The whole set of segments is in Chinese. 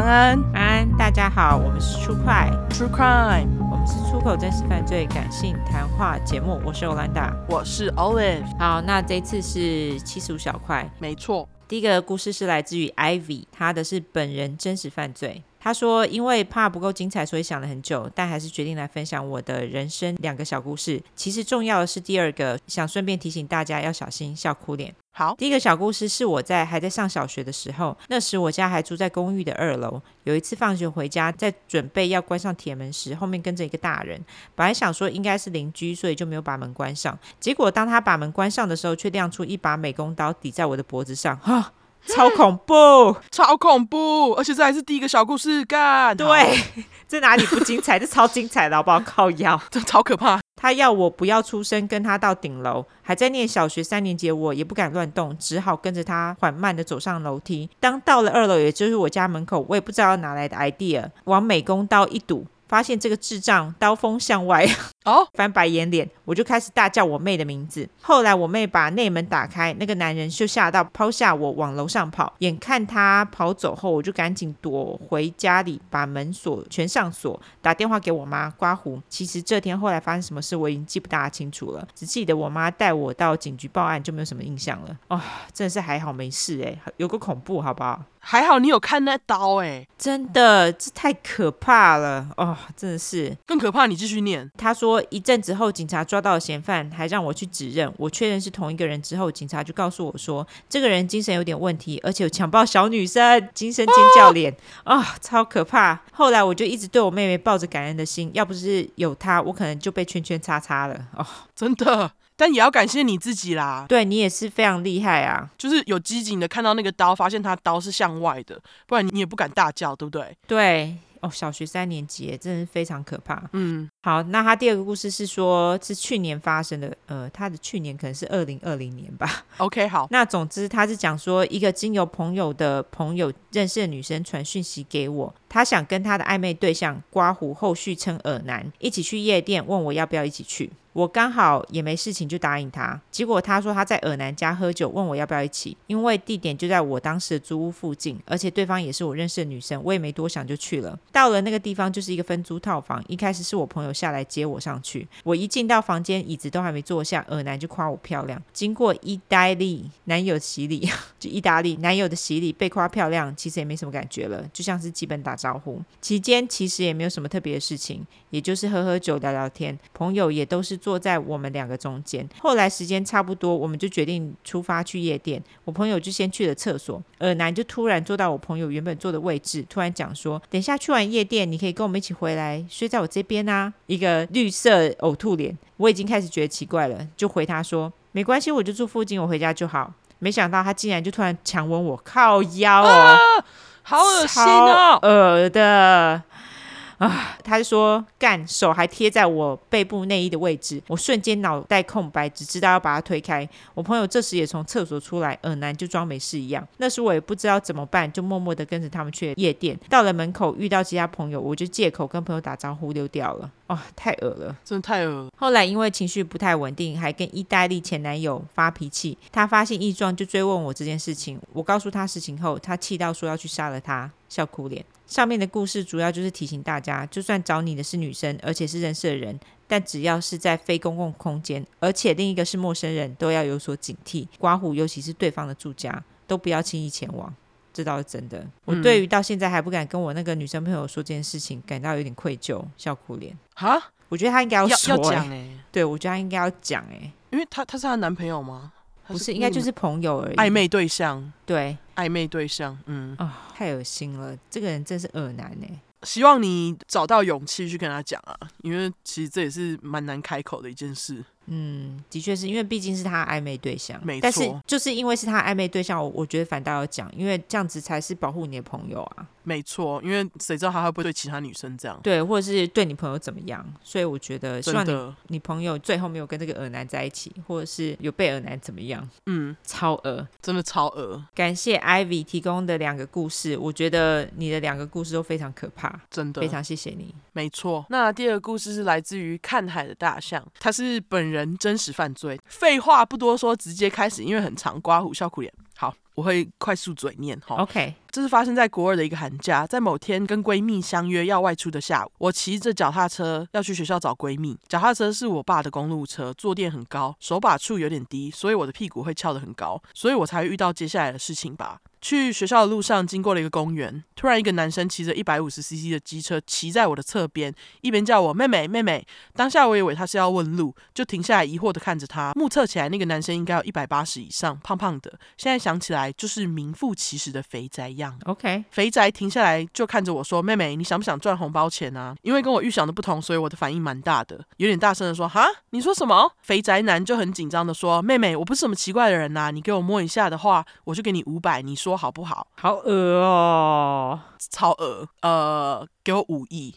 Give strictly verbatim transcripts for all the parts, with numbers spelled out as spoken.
安， 安安，大家好，我们是出快 True Crime， 我们是出口真实犯罪感性谈话节目，我是欧兰达， 我是 Olive。 好，那这一次是七十五小块， 没错。 第一个故事是来自于 Ivy， 他的是本人真实犯罪。他说因为怕不够精彩，所以想了很久，但还是决定来分享我的人生两个小故事。其实重要的是第二个，想顺便提醒大家要小心笑哭脸。 好， 第一个小故事是我在还在上小学的时候，那时我家还住在公寓的二楼。有一次放学回家，在准备要关上铁门时，后面跟着一个大人。本来想说应该是邻居，所以就没有把门关上。结果当他把门关上的时候，却亮出一把美工刀抵在我的脖子上，哈，超恐怖超恐怖，而且这还是第一个小故事，干。 对，这哪里不精彩？这超精彩的好不好？靠腰， 这超可怕。 他要我不要出声，跟他到顶楼。还在念小学三年级的我也不敢乱动，只好跟着他缓慢的走上楼梯。当到了二楼，也就是我家门口，我也不知道哪来的 idea， 往美工刀一堵，发现这个智障刀锋向外哦， 翻白眼脸，我就开始大叫我妹的名字。后来我妹把内门打开，那个男人就吓到抛下我往楼上跑。眼看他跑走后，我就赶紧躲回家里，把门锁全上锁，打电话给我妈刮胡。其实这天后来发生什么事我已经记不大清楚了，只记得我妈带我到警局报案，就没有什么印象了。哦，真的是还好没事耶，有个恐怖好不好？ 还好你有看那刀耶， 真的这太可怕了哦，真的是。 更可怕，你继续念。 他说一阵子后警察抓到了嫌犯，还让我去指认。我确认是同一个人之后，警察就告诉我说这个人精神有点问题，而且有强暴小女生，精神尖叫脸啊、哦，超可怕。后来我就一直对我妹妹抱着感恩的心，要不是有她，我可能就被圈圈叉叉了哦。 真的，但也要感谢你自己啦。 对，你也是非常厉害啊， 就是有机警的看到那个刀，发现他刀是向外的，不然你也不敢大叫，对不对？ 对哦，小学三年级真的是非常可怕。 嗯， 好，那他第二个故事是说是去年发生的，呃，他的去年可能是二零二零年吧。 OK， 好。 那总之他是讲说一个经由朋友的朋友认识的女生传讯息给我，他想跟他的暧昧对象刮胡，后续称耳男，一起去夜店，问我要不要一起去。我刚好也没事情，就答应他。结果他说他在耳男家喝酒，问我要不要一起，因为地点就在我当时的租屋附近，而且对方也是我认识的女生，我也没多想就去了。到了那个地方就是一个分租套房，一开始是我朋友下来接我上去，我一进到房间，椅子都还没坐下，耳男就夸我漂亮。经过意大利男友洗礼，就意大利男友的洗礼，被夸漂亮，其实也没什么感觉了，就像是基本打招呼。期间其实也没有什么特别的事情，也就是喝喝酒聊聊天，朋友也都是坐在我们两个中间。后来时间差不多，我们就决定出发去夜店。我朋友就先去了厕所，耳男就突然坐到我朋友原本坐的位置，突然讲说等一下去完夜店你可以跟我们一起回来睡在我这边啊，一个绿色呕吐脸。我已经开始觉得奇怪了，就回他说没关系，我就住附近，我回家就好。没想到他竟然就突然强吻我，靠腰哦、啊、 好恶心哦， 超恶的啊！他就说干，手还贴在我背部内衣的位置，我瞬间脑袋空白，只知道要把他推开。我朋友这时也从厕所出来，耳男就装没事一样。那时我也不知道怎么办，就默默的跟着他们去了夜店。到了门口遇到其他朋友，我就借口跟朋友打招呼溜掉了。哦，太恶了， 真的太恶了。 后来因为情绪不太稳定，还跟意大利前男友发脾气，他发现异状就追问我这件事情。我告诉他事情后，他气到说要去杀了他，笑哭脸。上面的故事主要就是提醒大家，就算找你的是女生，而且是认识的人，但只要是在非公共空间，而且另一个是陌生人，都要有所警惕。刮胡尤其是对方的住家，都不要轻易前往，这倒是真的。我对于到现在还不敢跟我那个女生朋友说这件事情，感到有点愧疚，笑哭脸。 哈， 我觉得他应该要说、欸、 要讲哎、欸， 对，我觉得他应该要讲哎、欸， 因为他他是她男朋友吗？ 不是，应该就是朋友而已， 暧昧对象。 对， 暧昧对象，嗯， 哦，太恶心了，这个人真是恶男哎、欸。 希望你找到勇气去跟他讲啊，因为其实这也是蛮难开口的一件事。 嗯，的确是因为毕竟是他暧昧对象， 没错， 但是就是因为是他暧昧对象，我我觉得反倒要讲，因为这样子才是保护你的朋友啊。 没错，因为谁知道他会不会对其他女生这样， 对，或者是对你朋友怎么样，所以我觉得希望真你的你朋友最后没有跟这个恶男在一起，或者是有被恶男怎么样， 嗯， 超恶， 真的超恶。 感谢 Ivy 提供的两个故事，我觉得你的两个故事都非常可怕， 真的非常谢谢你。 没错，那第二个故事是来自于看海的大象，他是本人真实犯罪。废话不多说，直接开始，因为很长，刮胡笑苦脸。好，我会快速嘴念。 OK， 这是发生在国二的一个寒假，在某天跟闺蜜相约要外出的下午，我骑着脚踏车要去学校找闺蜜。脚踏车是我爸的公路车，坐垫很高，手把处有点低，所以我的屁股会翘得很高，所以我才会遇到接下来的事情吧。去学校的路上经过了一个公园，突然一个男生骑着一百五十 C C 的机车骑在我的侧边，一边叫我妹妹妹妹。当下我以为他是要问路，就停下来疑惑的看着他。目测起来那个男生应该有一百八十以上，胖胖的，现在想起来就是名副其实的肥宅样。 OK， 肥宅停下来就看着我说，妹妹你想不想赚红包钱啊？因为跟我预想的不同，所以我的反应蛮大的，有点大声的说，哈你说什么？肥宅男就很紧张的说，妹妹我不是什么奇怪的人啊，你给我摸一下的话我就给你五百，你说好不好？ 好恶哦， 超恶，呃，给我五亿，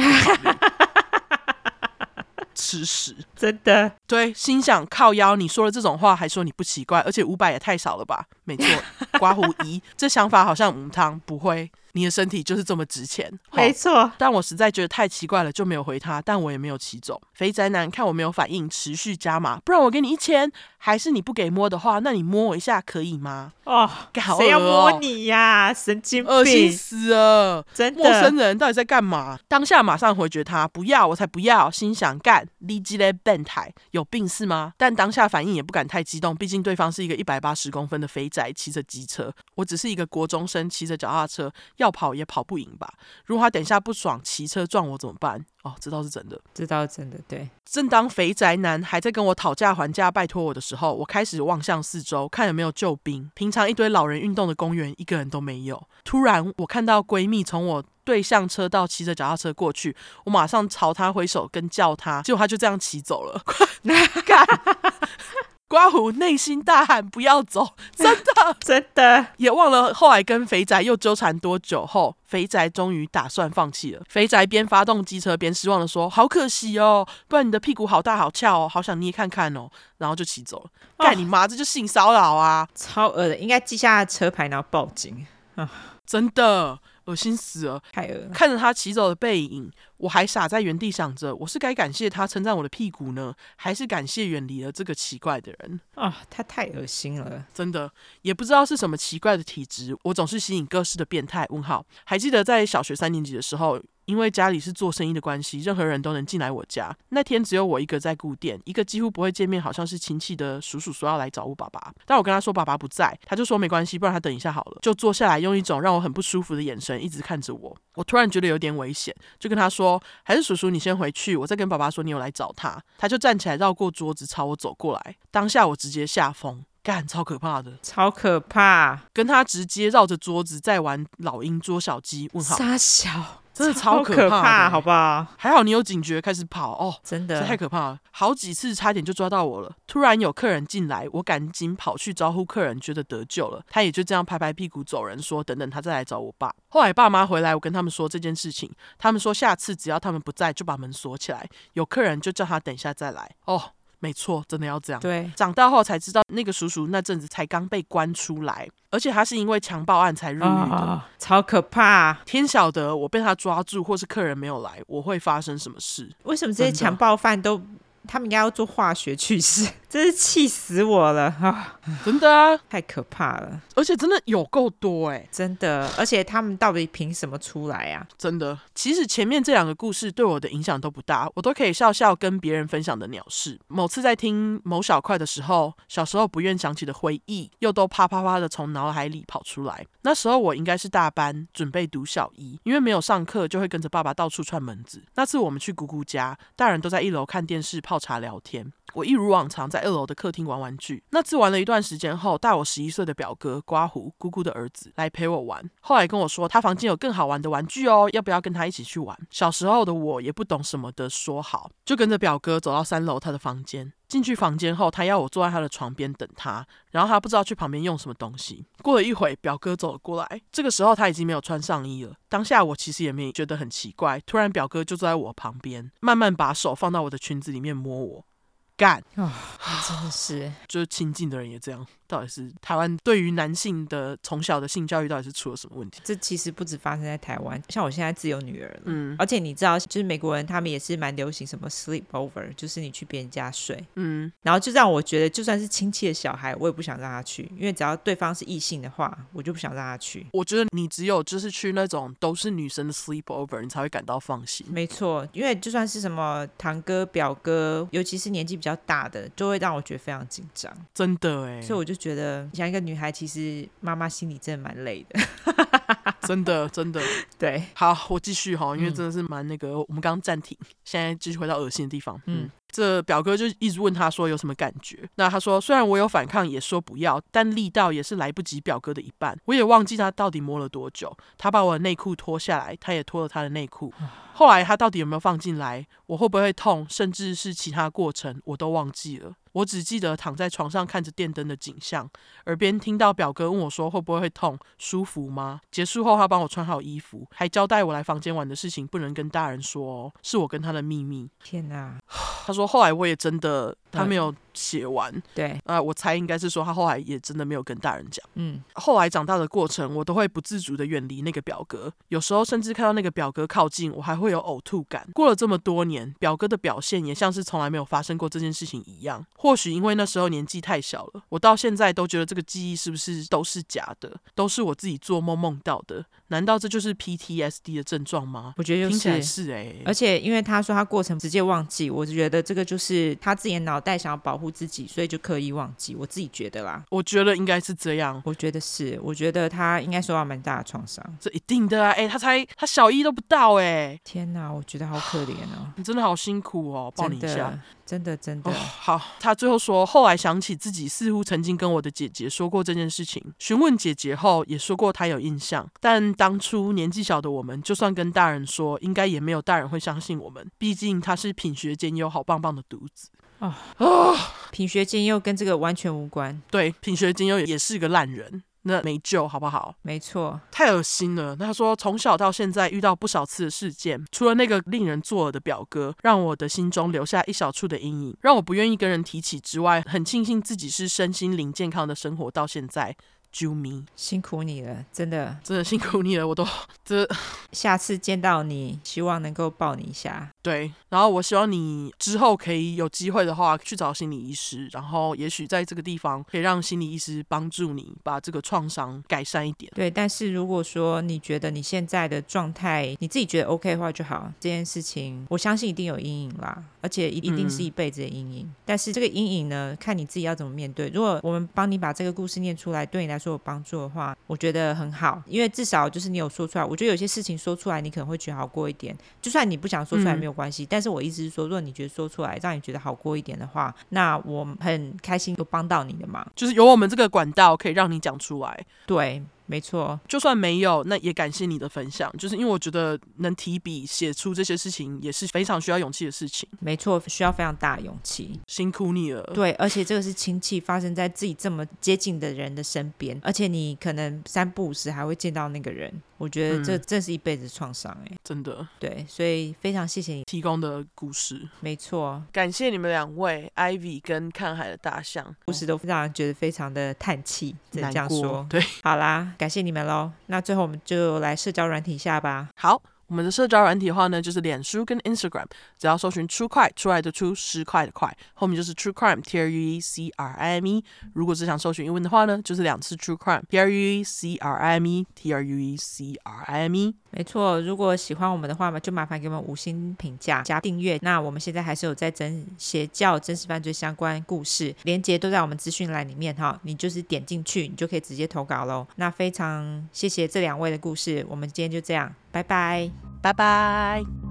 吃屎！ 真的， 对，心想靠腰，你说了这种话还说你不奇怪，而且五百也太少了吧？没错，刮胡一，这想法好像母汤，不会，你的身体就是这么值钱， 没错。 但我实在觉得太奇怪了，就没有回他，但我也没有骑走。肥宅男看我没有反应，持续加码，不然我给你一千，还是你不给摸的话，那你摸我一下可以吗？ 哦，谁要摸你呀、啊？神经病， 恶心死了！ 真的， 陌生人到底在干嘛？当下马上回绝他，不要，我才不要！心想干，你这个变态，有病是吗？但当下反应也不敢太激动，毕竟对方是一个一百八十公分的肥宅骑着机车，我只是一个国中生骑着脚踏车，要跑也跑不赢吧？如果他等一下不爽骑车撞我怎么办？哦，这倒是真的， 这倒是真的，对。 正当肥宅男还在跟我讨价还价拜托我的时候，我开始望向四周，看有没有救兵。平常一堆老人运动的公园，一个人都没有。突然我看到闺蜜从我对向车道骑着脚踏车过去，我马上朝她挥手跟叫她，结果她就这样骑走了。干刮胡内心大喊不要走，真的真的也忘了后来跟肥宅又纠缠多久后，肥宅终于打算放弃了。肥宅边发动机车边失望的说，好可惜哦，不然你的屁股好大好翘哦，好想捏看看哦，然后就骑走了。干你妈，这就性骚扰啊， 超恶的，应该记下车牌然后报警啊， 真的恶心死了， 太恶了。 看着他骑走的背影，我还傻在原地想着，我是该感谢他称赞我的屁股呢，还是感谢远离了这个奇怪的人啊、哦？他太恶心了， 真的也不知道是什么奇怪的体质，我总是吸引各式的变态。问号，还记得在小学三年级的时候，因为家里是做生意的关系，任何人都能进来我家。那天只有我一个在顾店，一个几乎不会见面，好像是亲戚的叔叔说要来找我爸爸，但我跟他说爸爸不在，他就说没关系，不然他等一下好了，就坐下来用一种让我很不舒服的眼神一直看着我。我突然觉得有点危险，就跟他说，还是叔叔你先回去，我再跟爸爸说你有来找他。他就站起来绕过桌子朝我走过来，当下我直接吓疯，干超可怕的， 超可怕， 跟他直接绕着桌子在玩老鹰捉小鸡。问号， 傻小， 真的超可怕的， 超可怕好不好？ 还好你有警觉开始跑哦， 真的这太可怕了，好几次差点就抓到我了。突然有客人进来，我赶紧跑去招呼客人，觉得得救了，他也就这样拍拍屁股走人，说等等他再来找我爸。后来爸妈回来，我跟他们说这件事情，他们说下次只要他们不在就把门锁起来，有客人就叫他等一下再来。哦，没错，真的要这样。 对， 长大后才知道那个叔叔那阵子才刚被关出来，而且他是因为强暴案才入狱的、 哦、超可怕。 天晓得我被他抓住或是客人没有来我会发生什么事。 为什么这些强暴犯都他们应该要做化学去世，真是气死我了啊！ 真的啊， 太可怕了， 而且真的有够多哎、欸， 真的，而且他们到底凭什么出来啊？ 真的，其实前面这两个故事对我的影响都不大，我都可以笑笑跟别人分享的鸟事。某次在听某小块的时候，小时候不愿想起的回忆又都啪啪啪的从脑海里跑出来。那时候我应该是大班，准备读小一，因为没有上课就会跟着爸爸到处串门子。那次我们去姑姑家，大人都在一楼看电视泡茶聊天，我一如往常在二楼的客厅玩玩具。那次玩了一段时间后，大我十一岁的表哥刮胡姑姑的儿子来陪我玩，后来跟我说他房间有更好玩的玩具哦，要不要跟他一起去玩？小时候的我也不懂什么的，说好，就跟着表哥走到三楼他的房间。进去房间后，他要我坐在他的床边等他，然后他不知道去旁边用什么东西。过了一会，表哥走了过来，这个时候他已经没有穿上衣了。当下我其实也没觉得很奇怪，突然表哥就坐在我旁边，慢慢把手放到我的裙子里面摸我。干、哦、 真的是就是亲近的人也这样，到底是台湾对于男性的从小的性教育到底是出了什么问题？ 这其实不止发生在台湾，像我现在自有女儿了， 嗯， 而且你知道就是美国人他们也是蛮流行什么 sleep over， 就是你去别人家睡， 嗯， 然后就让我觉得就算是亲戚的小孩我也不想让他去，因为只要对方是异性的话我就不想让他去。 我觉得你只有就是去那种都是女生的 sleepover 你才会感到放心。 没错，因为就算是什么堂哥表哥，尤其是年纪比较大的，就会让我觉得非常紧张。 真的耶， 所以我就觉得像一个女孩，其实妈妈心里真的蛮累的。 真的真的。 对， 好，我继续哈，因为真的是蛮那个，我们刚刚暂停，现在继续回到恶心的地方。嗯，这表哥就一直问他说有什么感觉，那他说虽然我有反抗也说不要，但力道也是来不及表哥的一半，我也忘记他到底摸了多久，他把我的内裤脱下来，他也脱了他的内裤，后来他到底有没有放进来，我会不会痛，甚至是其他过程我都忘记了，我只记得躺在床上看着电灯的景象，耳边听到表哥问我说会不会痛，舒服吗？结束后他帮我穿好衣服，还交代我来房间玩的事情不能跟大人说哦，是我跟他的秘密。 天哪！ 他说后来我也真的他没有写完， 对， 呃，我猜应该是说他后来也真的没有跟大人讲。 嗯， 后来长大的过程我都会不自主的远离那个表哥，有时候甚至看到那个表哥靠近我还会有呕吐感。过了这么多年，表哥的表现也像是从来没有发生过这件事情一样，或许因为那时候年纪太小了，我到现在都觉得这个记忆是不是都是假的，都是我自己做梦梦到的，难道这就是 P T S D 的症状吗？ 我觉得就是， 听起来是欸， 而且因为他说他过程直接忘记，我就觉得这个就是他自己的脑袋想要保护自己，所以就刻意忘记，我自己觉得啦。 我觉得应该是这样， 我觉得是，我觉得他应该受到蛮大的创伤。 这一定的啊，哎、欸，他才他小一都不到哎、欸， 天哪，我觉得好可怜哦， 你真的好辛苦哦，抱你一下。 真的真的、哦、 好，他最后说后来想起自己似乎曾经跟我的姐姐说过这件事情，询问姐姐后也说过她有印象，但当初年纪小的我们就算跟大人说应该也没有大人会相信我们，毕竟他是品学兼优好棒棒的独子。 哦哦，品学兼优跟这个完全无关。 对，品学兼优也是个烂人，那没救好不好？ 没错， 太恶心了。那他说从小到现在遇到不少次的事件，除了那个令人作呕的表哥让我的心中留下一小处的阴影，让我不愿意跟人提起之外，很庆幸自己是身心灵健康的生活到现在。啾咪， 辛苦你了，真的真的辛苦你了，我都这下次见到你希望能够抱你一下。 对，然后我希望你之后可以有机会的话去找心理医师，然后也许在这个地方可以让心理医师帮助你把这个创伤改善一点。 对，但是如果说你觉得你现在的状态你自己觉得 OK 的话就好，这件事情我相信一定有阴影啦，而且一定是一辈子的阴影、嗯、但是这个阴影呢看你自己要怎么面对。如果我们帮你把这个故事念出来对你来说有帮助的话，我觉得很好，因为至少就是你有说出来，我觉得有些事情说出来你可能会觉得好过一点，就算你不想说出来没有关系、嗯、但是我意思是说如果你觉得说出来让你觉得好过一点的话，那我很开心有帮到你的忙， 就是有我们这个管道可以让你讲出来。 对，没错， 就算没有那也感谢你的分享，就是因为我觉得能提笔写出这些事情也是非常需要勇气的事情。 没错，需要非常大的勇气， 辛苦你了。 对，而且这个是亲戚发生在自己这么接近的人的身边，而且你可能三不五时还会见到那个人，我觉得这真是一辈子创伤哎， 真的。 对，所以非常谢谢你提供的故事。 没错， 感谢你们两位 Ivy 跟看海的大象， 故事都让人觉得非常的叹气，只能这样说。 对， 好啦，感谢你们咯。那最后我们就来社交软体一下吧。 好，我们的社交软体的话呢，就是脸书跟 Instagram， 只要搜寻 True Crime， 出来的出十块的块，后面就是 True Crime T R U E C R I M E。 如果只想搜寻英文的话呢，就是两次 True Crime T R U E C R I M E T R U E C R I M E。 没错，如果喜欢我们的话就麻烦给我们五星评价加订阅。那我们现在还是有在真邪教真实犯罪相关故事，连结都在我们资讯栏里面哈，你就是点进去你就可以直接投稿咯。那非常谢谢这两位的故事，我们今天就这样，拜拜拜拜。